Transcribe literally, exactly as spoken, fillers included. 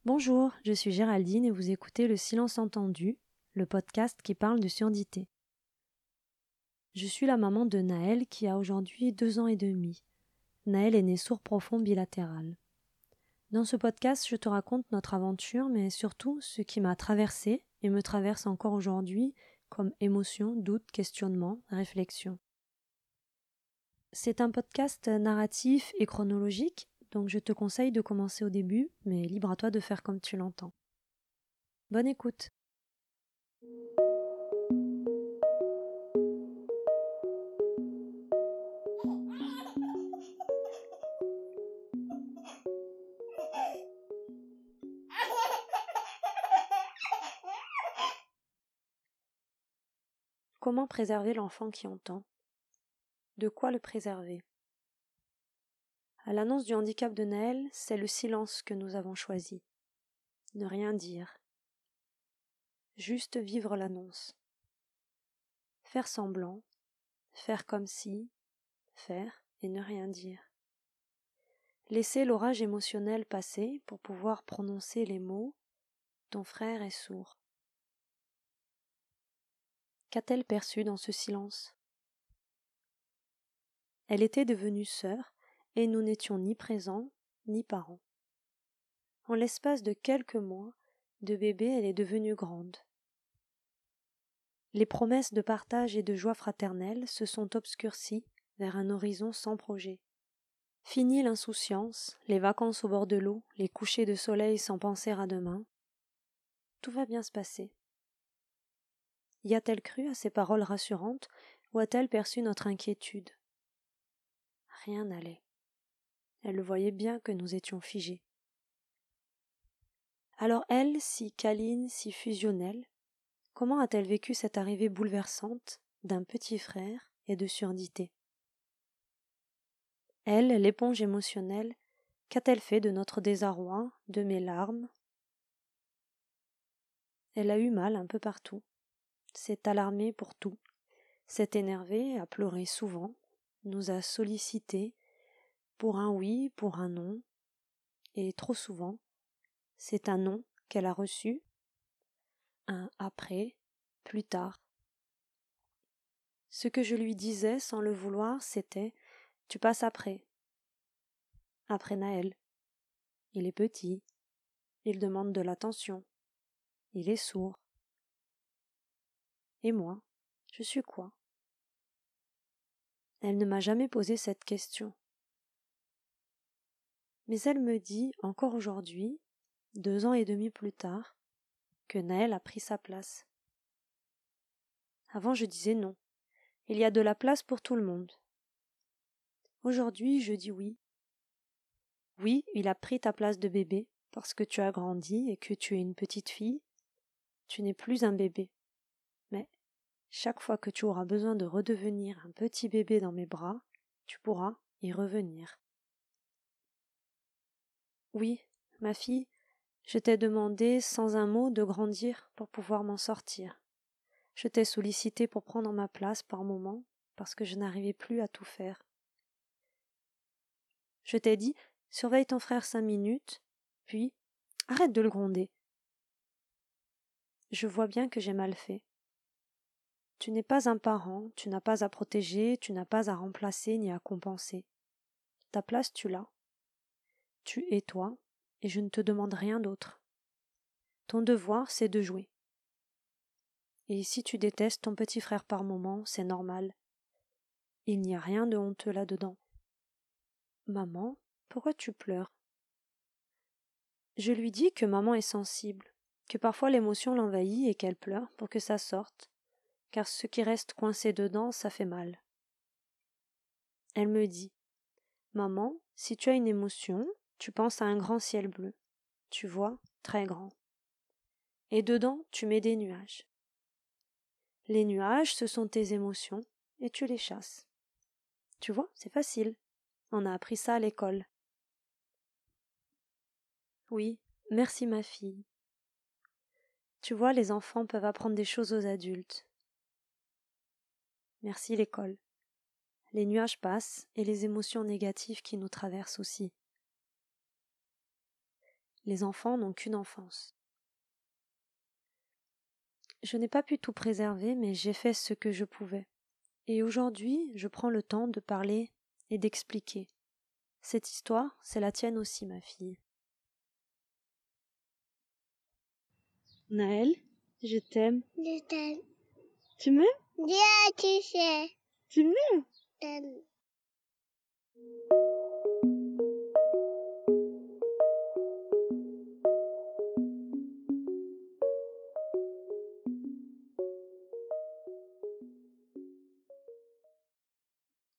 Bonjour, je suis Géraldine et vous écoutez Le Silence Entendu, le podcast qui parle de surdité. Je suis la maman de Naël qui a aujourd'hui deux ans et demi. Naël est né sourd profond bilatéral. Dans ce podcast, je te raconte notre aventure, mais surtout ce qui m'a traversée et me traverse encore aujourd'hui comme émotion, doute, questionnement, réflexion. C'est un podcast narratif et chronologique, donc je te conseille de commencer au début, mais libre à toi de faire comme tu l'entends. Bonne écoute. Comment préserver l'enfant qui entend ? De quoi le préserver ? À l'annonce du handicap de Naël, c'est le silence que nous avons choisi. Ne rien dire. Juste vivre l'annonce. Faire semblant, faire comme si, faire et ne rien dire. Laisser l'orage émotionnel passer pour pouvoir prononcer les mots « ton frère est sourd ». Qu'a-t-elle perçu dans ce silence ? Elle était devenue sœur et nous n'étions ni présents ni parents. En l'espace de quelques mois, de bébé, elle est devenue grande. Les promesses de partage et de joie fraternelle se sont obscurcies vers un horizon sans projet. Fini l'insouciance, les vacances au bord de l'eau, les couchers de soleil sans penser à demain. Tout va bien se passer. Y a-t-elle cru à ces paroles rassurantes ou a-t-elle perçu notre inquiétude ? Rien n'allait. Elle le voyait bien que nous étions figés. Alors elle, si câline, si fusionnelle, comment a-t-elle vécu cette arrivée bouleversante d'un petit frère et de surdité ? Elle, l'éponge émotionnelle, qu'a-t-elle fait de notre désarroi, de mes larmes ? Elle a eu mal un peu partout, s'est alarmée pour tout, s'est énervée, a pleuré souvent, nous a sollicités pour un oui, pour un non, et trop souvent, c'est un non qu'elle a reçu, un après, plus tard. Ce que je lui disais sans le vouloir, c'était « tu passes après ». Après Naël. Il est petit, il demande de l'attention, il est sourd. Et moi, je suis quoi ? Elle ne m'a jamais posé cette question. Mais elle me dit, encore aujourd'hui, deux ans et demi plus tard, que Naël a pris sa place. Avant, je disais non. Il y a de la place pour tout le monde. Aujourd'hui, je dis oui. Oui, il a pris ta place de bébé, parce que tu as grandi et que tu es une petite fille. Tu n'es plus un bébé. Mais chaque fois que tu auras besoin de redevenir un petit bébé dans mes bras, tu pourras y revenir. Oui, ma fille, je t'ai demandé sans un mot de grandir pour pouvoir m'en sortir. Je t'ai sollicité pour prendre ma place par moments parce que je n'arrivais plus à tout faire. Je t'ai dit, surveille ton frère cinq minutes, puis arrête de le gronder. Je vois bien que j'ai mal fait. Tu n'es pas un parent, tu n'as pas à protéger, tu n'as pas à remplacer ni à compenser. Ta place, tu l'as. Tu es toi, et je ne te demande rien d'autre. Ton devoir, c'est de jouer. Et si tu détestes ton petit frère par moments, c'est normal. Il n'y a rien de honteux là-dedans. Maman, pourquoi tu pleures ? Je lui dis que maman est sensible, que parfois l'émotion l'envahit et qu'elle pleure pour que ça sorte, car ce qui reste coincé dedans, ça fait mal. Elle me dit, maman, si tu as une émotion, tu penses à un grand ciel bleu, tu vois, très grand. Et dedans, tu mets des nuages. Les nuages, ce sont tes émotions, et tu les chasses. Tu vois, c'est facile. On a appris ça à l'école. Oui, merci ma fille. Tu vois, les enfants peuvent apprendre des choses aux adultes. Merci l'école. Les nuages passent et les émotions négatives qui nous traversent aussi. Les enfants n'ont qu'une enfance. Je n'ai pas pu tout préserver, mais j'ai fait ce que je pouvais. Et aujourd'hui, je prends le temps de parler et d'expliquer. Cette histoire, c'est la tienne aussi, ma fille. Naël, je t'aime. Je t'aime. Tu m'aimes? Bien, tu sais. Tu m'aimes? Je t'aime.